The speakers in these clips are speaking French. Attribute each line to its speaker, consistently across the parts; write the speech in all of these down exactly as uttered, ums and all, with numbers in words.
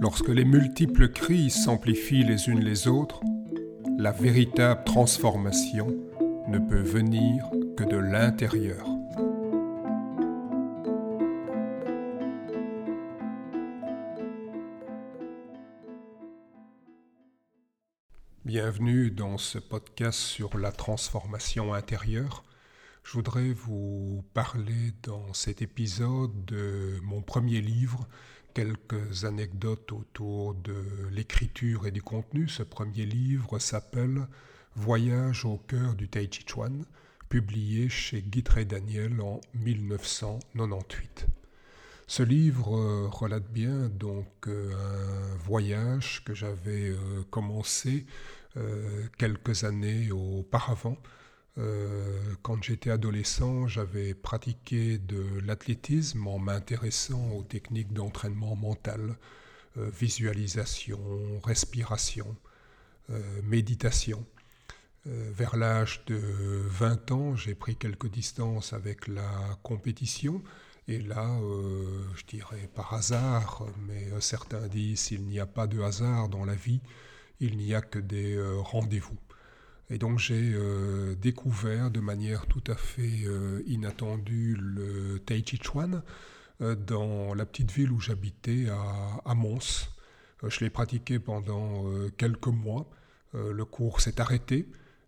Speaker 1: Lorsque les multiples crises s'amplifient les unes les autres, la véritable transformation ne peut venir que de l'intérieur. Bienvenue dans ce podcast sur la transformation intérieure. Je voudrais vous parler dans cet épisode de mon premier livre, quelques anecdotes autour de l'écriture et du contenu. Ce premier livre s'appelle « Voyage au cœur du Tai Chi Chuan », publié chez Guitry Daniel en mille neuf cent quatre-vingt-dix-huit. Ce livre relate bien donc un voyage que j'avais commencé quelques années auparavant. Quand j'étais adolescent, j'avais pratiqué de l'athlétisme en m'intéressant aux techniques d'entraînement mental, visualisation, respiration, méditation. Vers l'âge de vingt ans, j'ai pris quelques distances avec la compétition. Et là, euh, je dirais par hasard, mais euh, certains disent qu'il n'y a pas de hasard dans la vie, il n'y a que des euh, rendez-vous. Et donc j'ai euh, découvert de manière tout à fait euh, inattendue le Tai Chi Chuan euh, dans la petite ville où j'habitais à, à Mons. Euh, je l'ai pratiqué pendant euh, quelques mois. Euh, le cours s'est arrêté.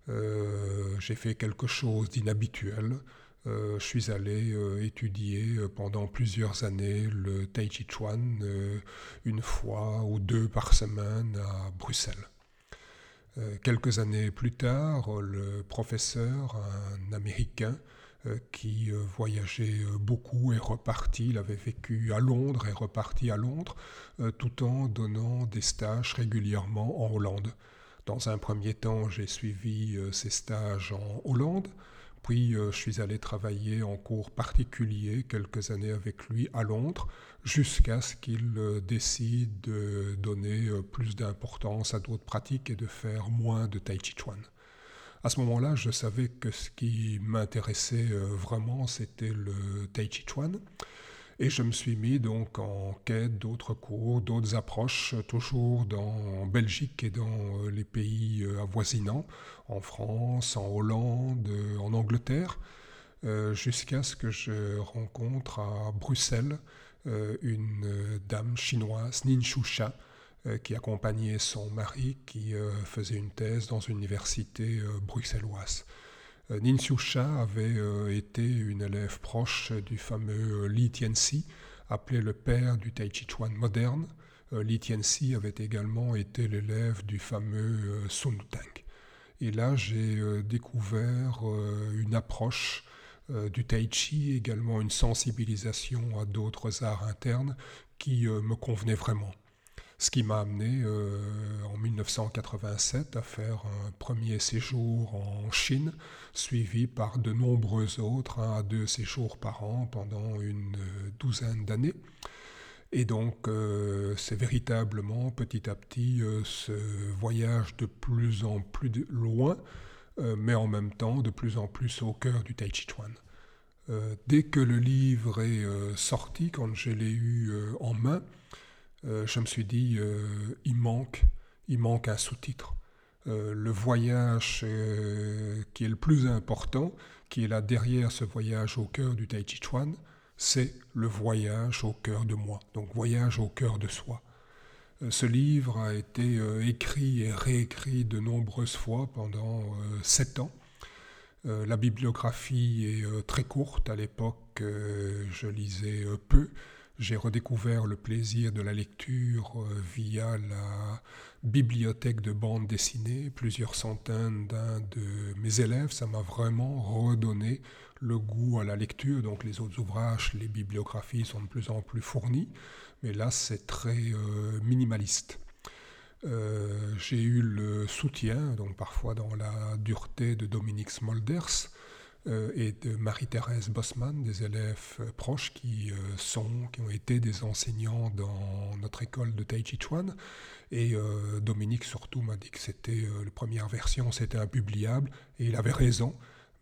Speaker 1: Euh, j'ai fait quelque chose d'inhabituel. Euh, je suis allé euh, étudier euh, pendant plusieurs années le Tai Chi Chuan euh, une fois ou deux par semaine à Bruxelles. Euh, quelques années plus tard, le professeur, un Américain euh, qui euh, voyageait euh, beaucoup, est reparti. Il avait vécu à Londres et reparti à Londres, euh, tout en donnant des stages régulièrement en Hollande. Dans un premier temps, j'ai suivi euh, ces stages en Hollande. Puis euh, je suis allé travailler en cours particulier quelques années avec lui à Londres, jusqu'à ce qu'il euh, décide de donner euh, plus d'importance à d'autres pratiques et de faire moins de Tai Chi Chuan. À ce moment-là, je savais que ce qui m'intéressait euh, vraiment, c'était le Tai Chi Chuan. Et je me suis mis donc en quête d'autres cours, d'autres approches, toujours dans, en Belgique et dans les pays avoisinants, en France, en Hollande, en Angleterre, euh, jusqu'à ce que je rencontre à Bruxelles euh, une dame chinoise, Nin Shusha, euh, qui accompagnait son mari, qui euh, faisait une thèse dans une université euh, bruxelloise. Nin Shusha avait euh, été une élève proche du fameux Li Tianxi, appelé le père du Tai Chi Chuan moderne. Euh, Li Tianxi avait également été l'élève du fameux euh, Sun Wukong. Et là, j'ai euh, découvert euh, une approche euh, du Tai Chi, également une sensibilisation à d'autres arts internes qui euh, me convenaient vraiment. Ce qui m'a amené euh, en mille neuf cent quatre-vingt-sept à faire un premier séjour en Chine, suivi par de nombreux autres, un à deux séjours par an pendant une douzaine d'années. Et donc euh, c'est véritablement petit à petit euh, ce voyage de plus en plus de loin, euh, mais en même temps de plus en plus au cœur du Tai Chi Chuan. Euh, dès que le livre est euh, sorti, quand je l'ai eu euh, en main, Euh, je me suis dit, euh, il manque, il manque un sous-titre. Euh, le voyage euh, qui est le plus important, qui est là derrière ce voyage au cœur du Tai Chi Chuan, c'est le voyage au cœur de moi, donc voyage au cœur de soi. Euh, ce livre a été euh, écrit et réécrit de nombreuses fois pendant euh, sept ans. Euh, la bibliographie est euh, très courte. À l'époque, euh, je lisais euh, peu. J'ai redécouvert le plaisir de la lecture euh, via la bibliothèque de bande dessinée, plusieurs centaines d'un de mes élèves. Ça m'a vraiment redonné le goût à la lecture. Donc les autres ouvrages, les bibliographies sont de plus en plus fournies, mais là c'est très euh, minimaliste. Euh, j'ai eu le soutien, donc parfois dans la dureté, de Dominique Smolders, Euh, et de Marie-Thérèse Bosman, des élèves euh, proches qui euh, sont, qui ont été des enseignants dans notre école de Tai Chi Chuan. Et euh, Dominique surtout m'a dit que c'était euh, la première version, c'était impubliable, et il avait raison.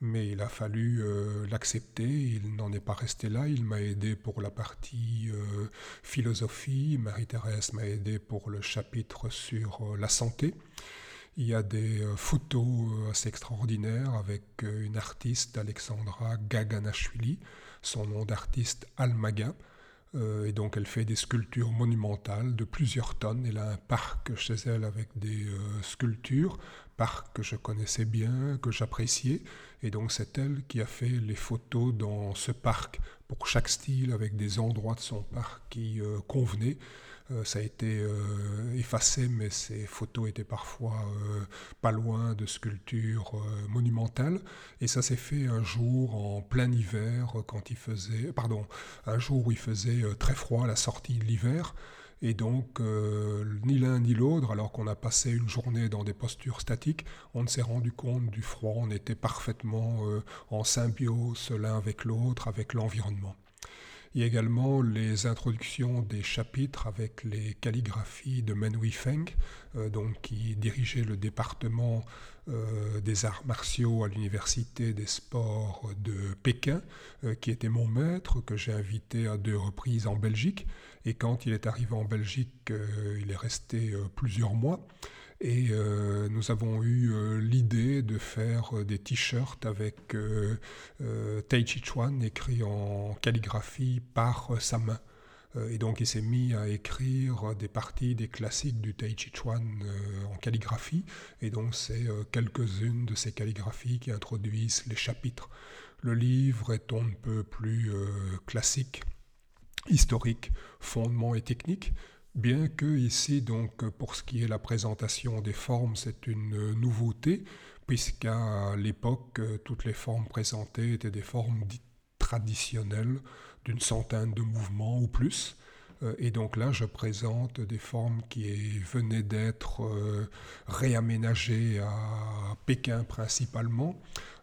Speaker 1: mais il a fallu euh, l'accepter. Il n'en est pas resté là. Il m'a aidé pour la partie euh, philosophie. Marie-Thérèse m'a aidé pour le chapitre sur euh, la santé. Il y a des euh, photos euh, assez extraordinaires avec euh, une artiste, Alexandra Gaganashvili, son nom d'artiste Almaga. Euh, et donc elle fait des sculptures monumentales de plusieurs tonnes. Elle a un parc chez elle avec des euh, sculptures, parc que je connaissais bien, que j'appréciais. Et donc c'est elle qui a fait les photos dans ce parc pour chaque style avec des endroits de son parc qui euh, convenaient. Euh, ça a été euh, effacé, mais ces photos étaient parfois euh, pas loin de sculptures euh, monumentales. Et ça s'est fait un jour en plein hiver, quand il faisait, pardon, un jour où il faisait euh, très froid à la sortie de l'hiver. Et donc, euh, ni l'un ni l'autre, alors qu'on a passé une journée dans des postures statiques, on ne s'est rendu compte du froid. On était parfaitement euh, en symbiose l'un avec l'autre, avec l'environnement. Il y a également les introductions des chapitres avec les calligraphies de Men Weifeng, euh, donc qui dirigeait le département euh, des arts martiaux à l'université des sports de Pékin, euh, qui était mon maître, que j'ai invité à deux reprises en Belgique. Et quand il est arrivé en Belgique, euh, il est resté euh, plusieurs mois. Et euh, nous avons eu euh, l'idée de faire euh, des t-shirts avec euh, euh, Tai Chi Chuan écrit en calligraphie par euh, sa main. Euh, et donc il s'est mis à écrire des parties des classiques du Tai Chi Chuan euh, en calligraphie. Et donc c'est euh, quelques-unes de ces calligraphies qui introduisent les chapitres. Le livre est on ne peut plus euh, classique, historique, fondement et technique. Bien que ici, donc, pour ce qui est la présentation des formes, c'est une nouveauté, puisqu'à l'époque, toutes les formes présentées étaient des formes dites traditionnelles, d'une centaine de mouvements ou plus. Et donc là, je présente des formes qui venaient d'être euh, réaménagées à Pékin principalement.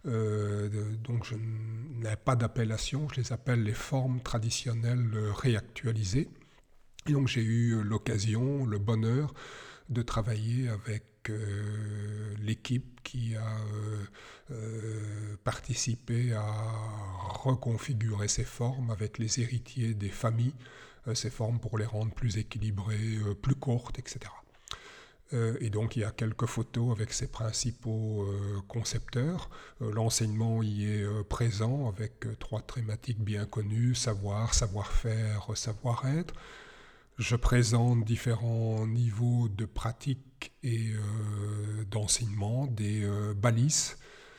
Speaker 1: Euh, donc je n'ai pas d'appellation, je les appelle les formes traditionnelles réactualisées. Et donc j'ai eu l'occasion, le bonheur de travailler avec euh, l'équipe qui a euh, euh, participé à reconfigurer ces formes avec les héritiers des familles, euh, ces formes pour les rendre plus équilibrées, euh, plus courtes, et cetera. Euh, et donc il y a quelques photos avec ces principaux euh, concepteurs. Euh, l'enseignement y est euh, présent avec euh, trois thématiques bien connues, savoir, savoir-faire, savoir-être. Je présente différents niveaux de pratique et euh, d'enseignement, des euh, balises.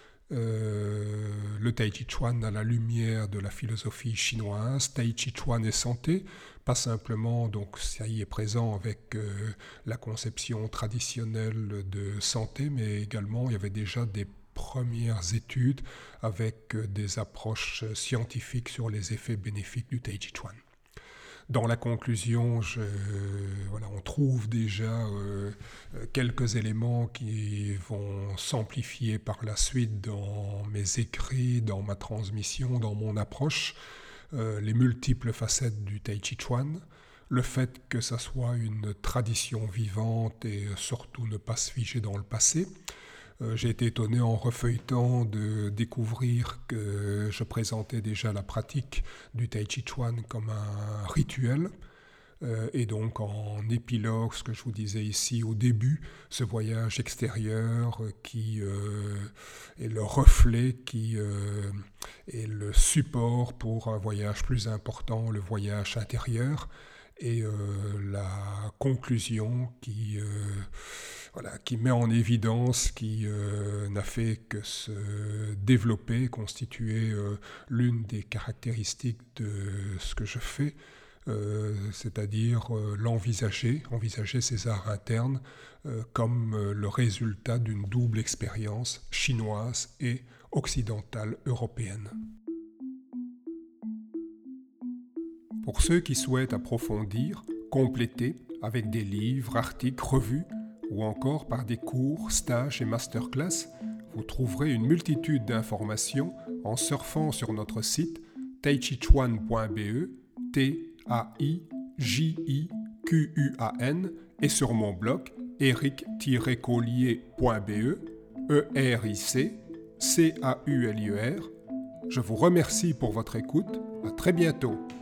Speaker 1: Euh, le Tai Chi Chuan à la lumière de la philosophie chinoise, Tai Chi Chuan et santé, pas simplement, donc ça y est présent avec euh, la conception traditionnelle de santé, mais également il y avait déjà des premières études avec euh, des approches scientifiques sur les effets bénéfiques du Tai Chi Chuan. Dans la conclusion, je, voilà, on trouve déjà euh, quelques éléments qui vont s'amplifier par la suite dans mes écrits, dans ma transmission, dans mon approche. Euh, les multiples facettes du Tai Chi Chuan, le fait que ça soit une tradition vivante et surtout ne pas se figer dans le passé. Euh, j'ai été étonné en refeuilletant de découvrir que je présentais déjà la pratique du Tai Chi Chuan comme un rituel. Euh, et donc en épilogue, ce que je vous disais ici au début, ce voyage extérieur qui euh, est le reflet, qui euh, est le support pour un voyage plus important, le voyage intérieur. Et euh, la conclusion qui, euh, voilà, qui met en évidence, qui euh, n'a fait que se développer, constituer euh, l'une des caractéristiques de ce que je fais, euh, c'est-à-dire euh, l'envisager, envisager ces arts internes euh, comme euh, le résultat d'une double expérience chinoise et occidentale européenne. Pour ceux qui souhaitent approfondir, compléter avec des livres, articles, revues ou encore par des cours, stages et masterclass, vous trouverez une multitude d'informations en surfant sur notre site taichichuan point b e, T A I J I Q U A N, et sur mon blog eric tiret collier point b e, E R I C, C A U L I E R. Je vous remercie pour votre écoute. À très bientôt.